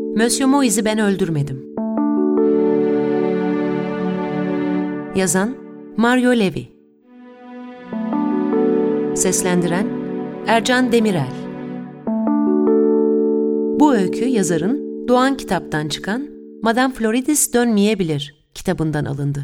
Monsieur Moïse'i ben öldürmedim. Yazan Mario Levi. Seslendiren Ercan Demirel. Bu öykü yazarın Doğan Kitap'tan çıkan Madame Floridis Dönmeyebilir kitabından alındı.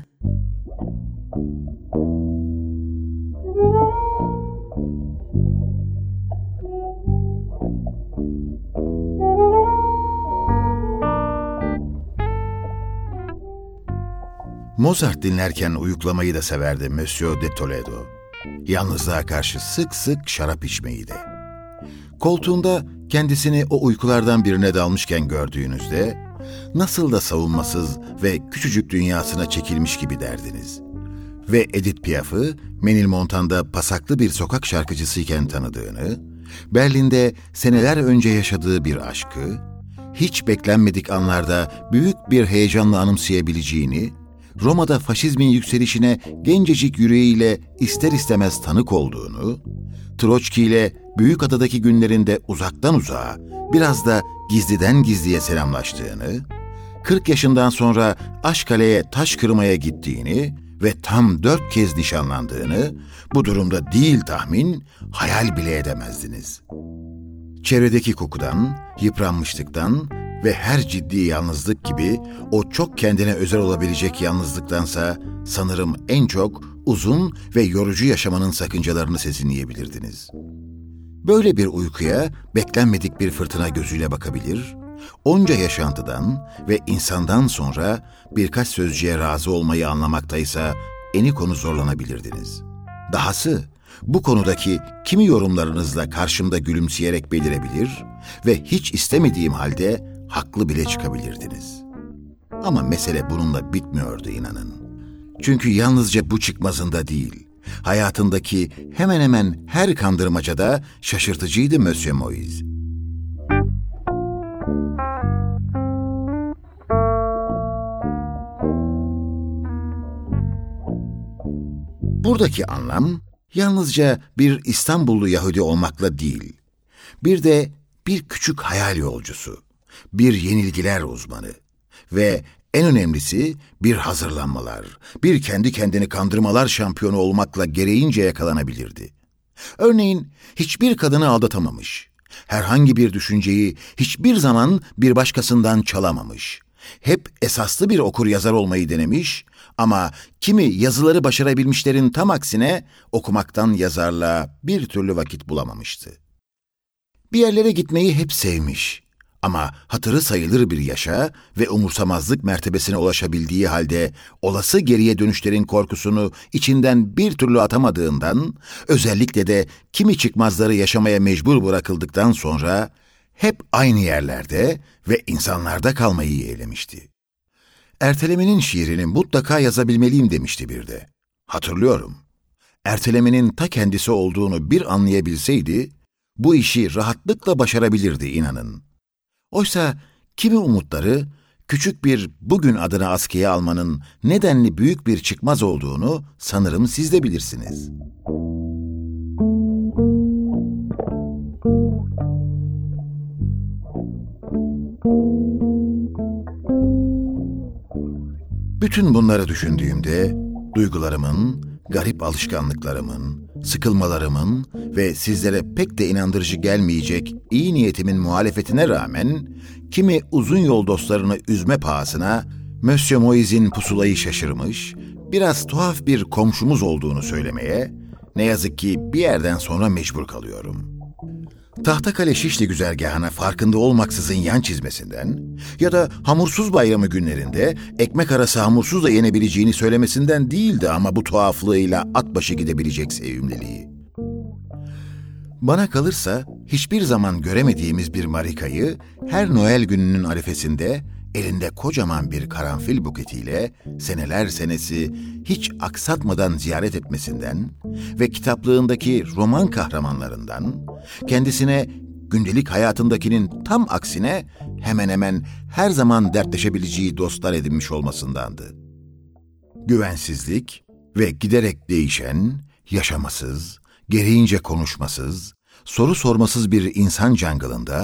Mozart dinlerken uyuklamayı da severdi Monsieur de Toledo. Yalnızlığa karşı sık sık şarap içmeyi de. Koltuğunda kendisini o uykulardan birine dalmışken gördüğünüzde nasıl da savunmasız ve küçücük dünyasına çekilmiş gibi derdiniz. Ve Edith Piaf'ı Menilmontane'da pasaklı bir sokak şarkıcısıyken tanıdığını, Berlin'de seneler önce yaşadığı bir aşkı, hiç beklenmedik anlarda büyük bir heyecanla anımsayabileceğini, Roma'da faşizmin yükselişine gencecik yüreğiyle ister istemez tanık olduğunu, Troçki ile Büyükada'daki günlerinde uzaktan uzağa, biraz da gizliden gizliye selamlaştığını, 40 yaşından sonra Aşkale'ye taş kırmaya gittiğini ve tam 4 kez nişanlandığını, bu durumda değil tahmin, hayal bile edemezdiniz. Çevredeki kokudan, yıpranmışlıktan ve her ciddi yalnızlık gibi o çok kendine özel olabilecek yalnızlıktansa sanırım en çok uzun ve yorucu yaşamanın sakıncalarını sezinleyebilirdiniz. Böyle bir uykuya beklenmedik bir fırtına gözüyle bakabilir, onca yaşantıdan ve insandan sonra birkaç sözcüğe razı olmayı anlamaktaysa eni konu zorlanabilirdiniz. Dahası bu konudaki kimi yorumlarınızla karşımda gülümseyerek belirebilir ve hiç istemediğim halde haklı bile çıkabilirdiniz. Ama mesele bununla bitmiyordu inanın. Çünkü yalnızca bu çıkmazında değil, hayatındaki hemen hemen her kandırmacada şaşırtıcıydı Monsieur Moïse. Buradaki anlam yalnızca bir İstanbullu Yahudi olmakla değil, bir de bir küçük hayal yolcusu, bir yenilgiler uzmanı ve en önemlisi bir hazırlanmalar, bir kendi kendini kandırmalar şampiyonu olmakla gereğince yakalanabilirdi. Örneğin hiçbir kadını aldatamamış, herhangi bir düşünceyi hiçbir zaman bir başkasından çalamamış, hep esaslı bir okur-yazar olmayı denemiş ama kimi yazıları başarabilmişlerin tam aksine okumaktan yazarlığa bir türlü vakit bulamamıştı. Bir yerlere gitmeyi hep sevmiş ama hatırı sayılır bir yaşa ve umursamazlık mertebesine ulaşabildiği halde olası geriye dönüşlerin korkusunu içinden bir türlü atamadığından, özellikle de kimi çıkmazları yaşamaya mecbur bırakıldıktan sonra hep aynı yerlerde ve insanlarda kalmayı yeğlemişti. Ertelemenin şiirini mutlaka yazabilmeliyim demişti bir de. Hatırlıyorum. Ertelemenin ta kendisi olduğunu bir anlayabilseydi, bu işi rahatlıkla başarabilirdi inanın. Oysa kimi umutları, küçük bir bugün adına askıya almanın nedenli büyük bir çıkmaz olduğunu sanırım siz de bilirsiniz. Bütün bunları düşündüğümde duygularımın, garip alışkanlıklarımın, sıkılmalarımın ve sizlere pek de inandırıcı gelmeyecek iyi niyetimin muhalefetine rağmen kimi uzun yol dostlarını üzme pahasına Monsieur Moïse'in pusulayı şaşırmış, biraz tuhaf bir komşumuz olduğunu söylemeye ne yazık ki bir yerden sonra mecbur kalıyorum. Tahtakale Şişli güzergahına farkında olmaksızın yan çizmesinden ya da hamursuz bayramı günlerinde ekmek arası hamursuz da yenebileceğini söylemesinden değildi ama bu tuhaflığıyla at başı gidebilecek sevimliliği. Bana kalırsa hiçbir zaman göremediğimiz bir Marika'yı her Noel gününün arifesinde elinde kocaman bir karanfil buketiyle seneler senesi hiç aksatmadan ziyaret etmesinden ve kitaplığındaki roman kahramanlarından kendisine gündelik hayatındakinin tam aksine hemen hemen her zaman dertleşebileceği dostlar edinmiş olmasındandı. Güvensizlik ve giderek değişen, yaşamasız, gereğince konuşmasız, soru sormasız bir insan jungle'ında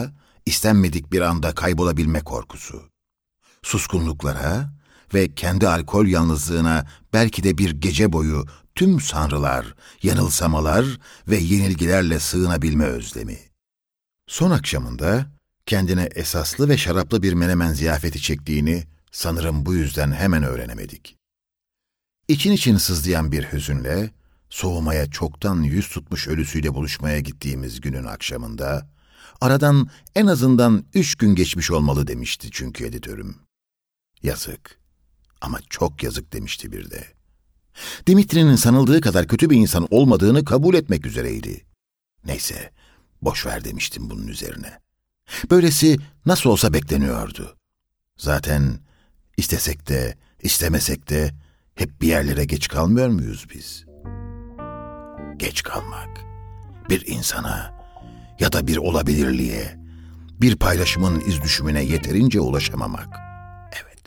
istenmedik bir anda kaybolabilme korkusu. Suskunluklara ve kendi alkol yalnızlığına belki de bir gece boyu tüm sanrılar, yanılsamalar ve yenilgilerle sığınabilme özlemi. Son akşamında kendine esaslı ve şaraplı bir menemen ziyafeti çektiğini sanırım bu yüzden hemen öğrenemedik. İçin için sızlayan bir hüzünle, soğumaya çoktan yüz tutmuş ölüsüyle buluşmaya gittiğimiz günün akşamında, aradan en azından 3 gün geçmiş olmalı demişti çünkü editörüm. Yazık, ama çok yazık demişti bir de. Dimitri'nin sanıldığı kadar kötü bir insan olmadığını kabul etmek üzereydi. Neyse, boş ver demiştim bunun üzerine. Böylesi nasıl olsa bekleniyordu. Zaten istesek de, istemesek de hep bir yerlere geç kalmıyor muyuz biz? Geç kalmak, bir insana ya da bir olabilirliğe, bir paylaşımın izdüşümüne yeterince ulaşamamak. Evet.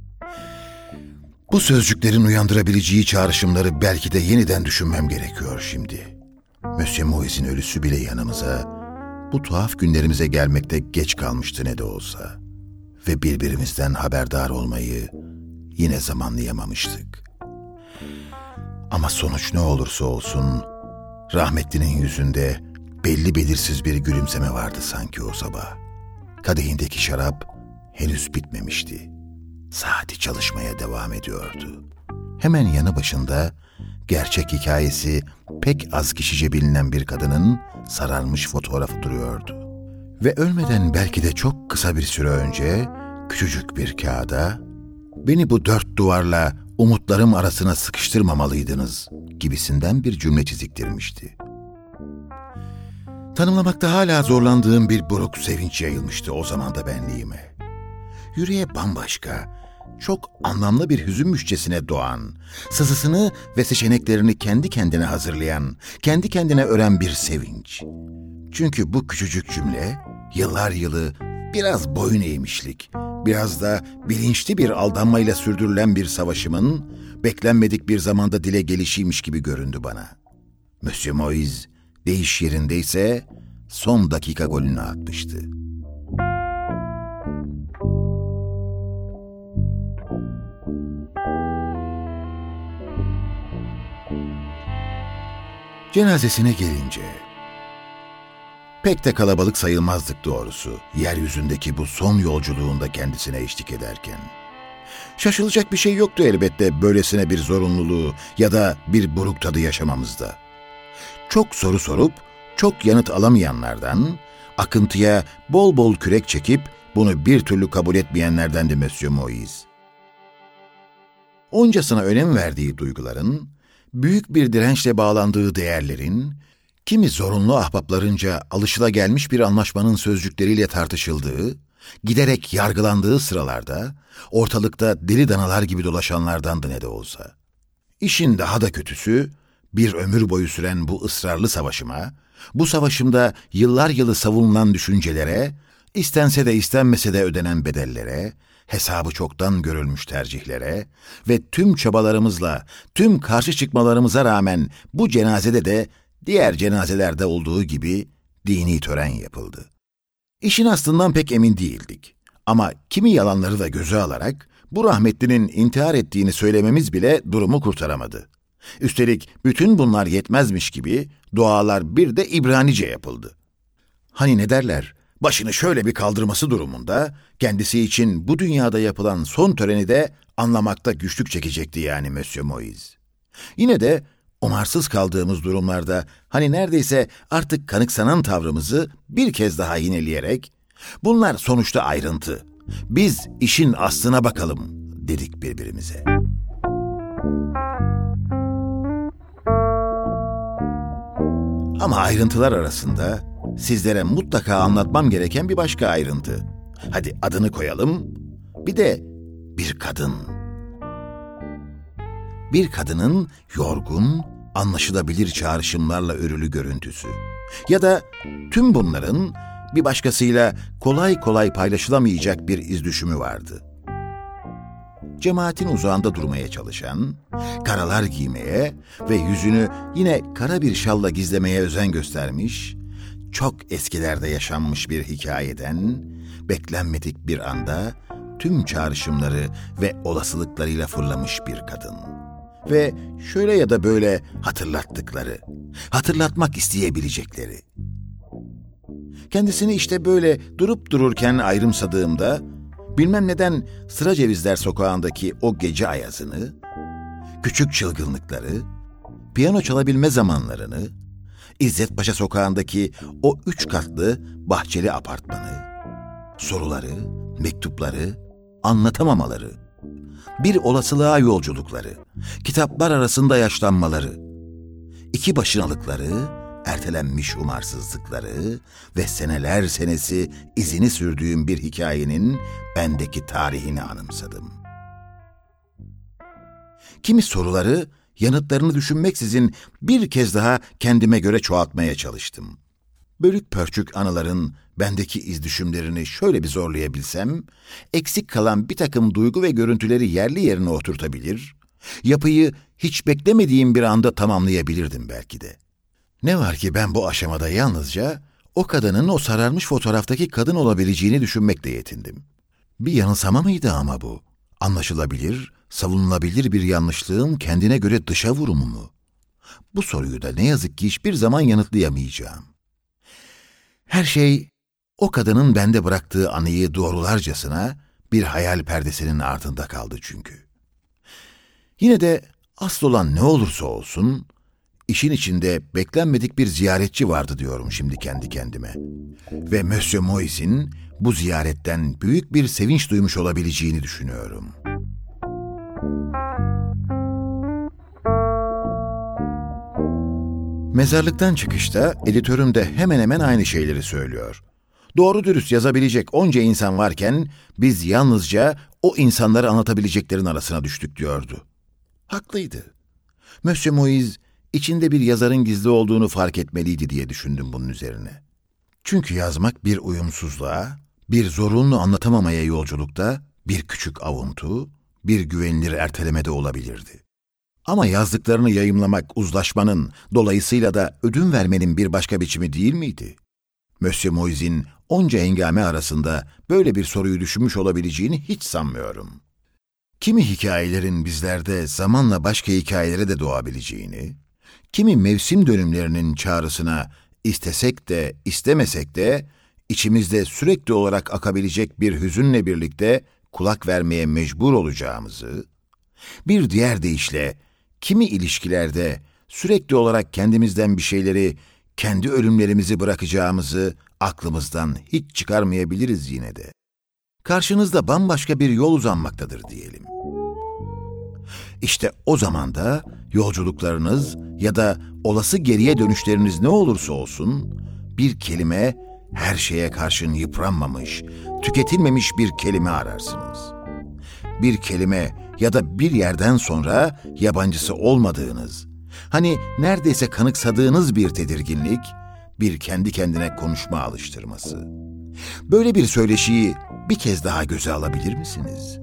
Bu sözcüklerin uyandırabileceği çağrışımları belki de yeniden düşünmem gerekiyor şimdi. Monsieur Moïse'in ölüsü bile yanımıza, bu tuhaf günlerimize gelmekte geç kalmıştı ne de olsa. Ve birbirimizden haberdar olmayı yine zamanlayamamıştık. Ama sonuç ne olursa olsun, rahmetlinin yüzünde belli belirsiz bir gülümseme vardı sanki o sabah. Kadehindeki şarap henüz bitmemişti. Saati çalışmaya devam ediyordu. Hemen yanı başında gerçek hikayesi pek az kişice bilinen bir kadının sararmış fotoğrafı duruyordu. Ve ölmeden belki de çok kısa bir süre önce küçücük bir kağıda "Beni bu 4 duvarla umutlarım arasına sıkıştırmamalıydınız" gibisinden bir cümle çiziktirmişti. Tanımlamakta hala zorlandığım bir buruk sevinç yayılmıştı o zaman da benliğime. Yüreğe bambaşka, çok anlamlı bir hüzünmüşçesine doğan, sızısını ve seçeneklerini kendi kendine hazırlayan, kendi kendine ören bir sevinç. Çünkü bu küçücük cümle, yıllar yılı biraz boyun eğmişlik, biraz da bilinçli bir aldanmayla sürdürülen bir savaşımın beklenmedik bir zamanda dile gelişiymiş gibi göründü bana. Monsieur Moïse deyiş yerindeyse son dakika golünü atmıştı. Cenazesine gelince, pek de kalabalık sayılmazdık doğrusu, yeryüzündeki bu son yolculuğunda kendisine eşlik ederken. Şaşılacak bir şey yoktu elbette böylesine bir zorunluluğu ya da bir buruk tadı yaşamamızda. Çok soru sorup, çok yanıt alamayanlardan, akıntıya bol bol kürek çekip bunu bir türlü kabul etmeyenlerdendi Monsieur Moïse. Oncasına önem verdiği duyguların, büyük bir dirençle bağlandığı değerlerin, kimi zorunlu ahbaplarınca alışılagelmiş bir anlaşmanın sözcükleriyle tartışıldığı, giderek yargılandığı sıralarda, ortalıkta deli danalar gibi dolaşanlardandı ne de olsa. İşin daha da kötüsü, bir ömür boyu süren bu ısrarlı savaşıma, bu savaşımda yıllar yılı savunulan düşüncelere, istense de istenmese de ödenen bedellere, hesabı çoktan görülmüş tercihlere ve tüm çabalarımızla, tüm karşı çıkmalarımıza rağmen bu cenazede de diğer cenazelerde olduğu gibi dini tören yapıldı. İşin aslından pek emin değildik. Ama kimi yalanları da göze alarak bu rahmetlinin intihar ettiğini söylememiz bile durumu kurtaramadı. Üstelik bütün bunlar yetmezmiş gibi dualar bir de İbranice yapıldı. Hani ne derler, başını şöyle bir kaldırması durumunda kendisi için bu dünyada yapılan son töreni de anlamakta güçlük çekecekti yani Monsieur Moïse. Yine de umarsız kaldığımız durumlarda hani neredeyse artık kanıksanan tavrımızı bir kez daha yineleyerek "Bunlar sonuçta ayrıntı. Biz işin aslına bakalım" dedik birbirimize. Ama ayrıntılar arasında sizlere mutlaka anlatmam gereken bir başka ayrıntı. Hadi adını koyalım. Bir de bir kadın. Bir kadının yorgun, anlaşılabilir çağrışımlarla örülü görüntüsü. Ya da tüm bunların bir başkasıyla kolay kolay paylaşılamayacak bir izdüşümü vardı. Cemaatin uzağında durmaya çalışan, karalar giymeye ve yüzünü yine kara bir şalla gizlemeye özen göstermiş, çok eskilerde yaşanmış bir hikayeden, beklenmedik bir anda tüm çağrışımları ve olasılıklarıyla fırlamış bir kadın. Ve şöyle ya da böyle hatırlattıkları, hatırlatmak isteyebilecekleri. Kendisini işte böyle durup dururken ayrımsadığımda, bilmem neden Sıracevizler Sokağı'ndaki o gece ayazını, küçük çılgınlıkları, piyano çalabilme zamanlarını, İzzet Paşa Sokağı'ndaki o 3 katlı bahçeli apartmanı, soruları, mektupları, anlatamamaları, bir olasılığa yolculukları, kitaplar arasında yaşlanmaları, iki başınalıkları, ertelenmiş umarsızlıkları ve seneler senesi izini sürdüğüm bir hikayenin bendeki tarihini anımsadım. Kimi soruları, yanıtlarını düşünmeksizin bir kez daha kendime göre çoğaltmaya çalıştım. Bölük pörçük anıların bendeki izdüşümlerini şöyle bir zorlayabilsem, eksik kalan bir takım duygu ve görüntüleri yerli yerine oturtabilir, yapıyı hiç beklemediğim bir anda tamamlayabilirdim belki de. Ne var ki ben bu aşamada yalnızca o kadının o sararmış fotoğraftaki kadın olabileceğini düşünmekle yetindim. Bir yanılsama mıydı ama bu? Anlaşılabilir, savunulabilir bir yanlışlığın kendine göre dışa vurumu mu? Bu soruyu da ne yazık ki hiçbir zaman yanıtlayamayacağım. Her şey o kadının bende bıraktığı anıyı doğrularcasına bir hayal perdesinin ardında kaldı çünkü. Yine de asıl olan ne olursa olsun, işin içinde beklenmedik bir ziyaretçi vardı diyorum şimdi kendi kendime. Ve Monsieur Moïse'in bu ziyaretten büyük bir sevinç duymuş olabileceğini düşünüyorum. Mezarlıktan çıkışta editörüm de hemen hemen aynı şeyleri söylüyor. Doğru dürüst yazabilecek onca insan varken biz yalnızca o insanları anlatabileceklerin arasına düştük diyordu. Haklıydı. Monsieur Moïse içinde bir yazarın gizli olduğunu fark etmeliydi diye düşündüm bunun üzerine. Çünkü yazmak bir uyumsuzluğa, bir zorunlu anlatamamaya yolculukta bir küçük avuntu, bir güvenilir ertelemede olabilirdi. Ama yazdıklarını yayımlamak uzlaşmanın, dolayısıyla da ödün vermenin bir başka biçimi değil miydi? Monsieur Moïse'in onca hengame arasında böyle bir soruyu düşünmüş olabileceğini hiç sanmıyorum. Kimi hikayelerin bizlerde zamanla başka hikayelere de doğabileceğini, kimi mevsim dönümlerinin çağrısına istesek de istemesek de içimizde sürekli olarak akabilecek bir hüzünle birlikte kulak vermeye mecbur olacağımızı, bir diğer deyişle kimi ilişkilerde sürekli olarak kendimizden bir şeyleri, kendi ölümlerimizi bırakacağımızı aklımızdan hiç çıkarmayabiliriz yine de. Karşınızda bambaşka bir yol uzanmaktadır diyelim. İşte o zaman da yolculuklarınız ya da olası geriye dönüşleriniz ne olursa olsun, bir kelime, her şeye karşın yıpranmamış, tüketilmemiş bir kelime ararsınız. Bir kelime ya da bir yerden sonra yabancısı olmadığınız, hani neredeyse kanıksadığınız bir tedirginlik, bir kendi kendine konuşma alıştırması. Böyle bir söyleşiyi bir kez daha göze alabilir misiniz?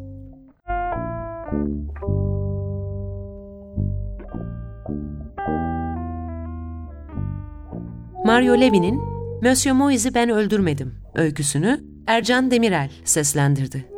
Mario Levy'nin Monsieur Moïse'i ben öldürmedim öyküsünü Ercan Demirel seslendirdi.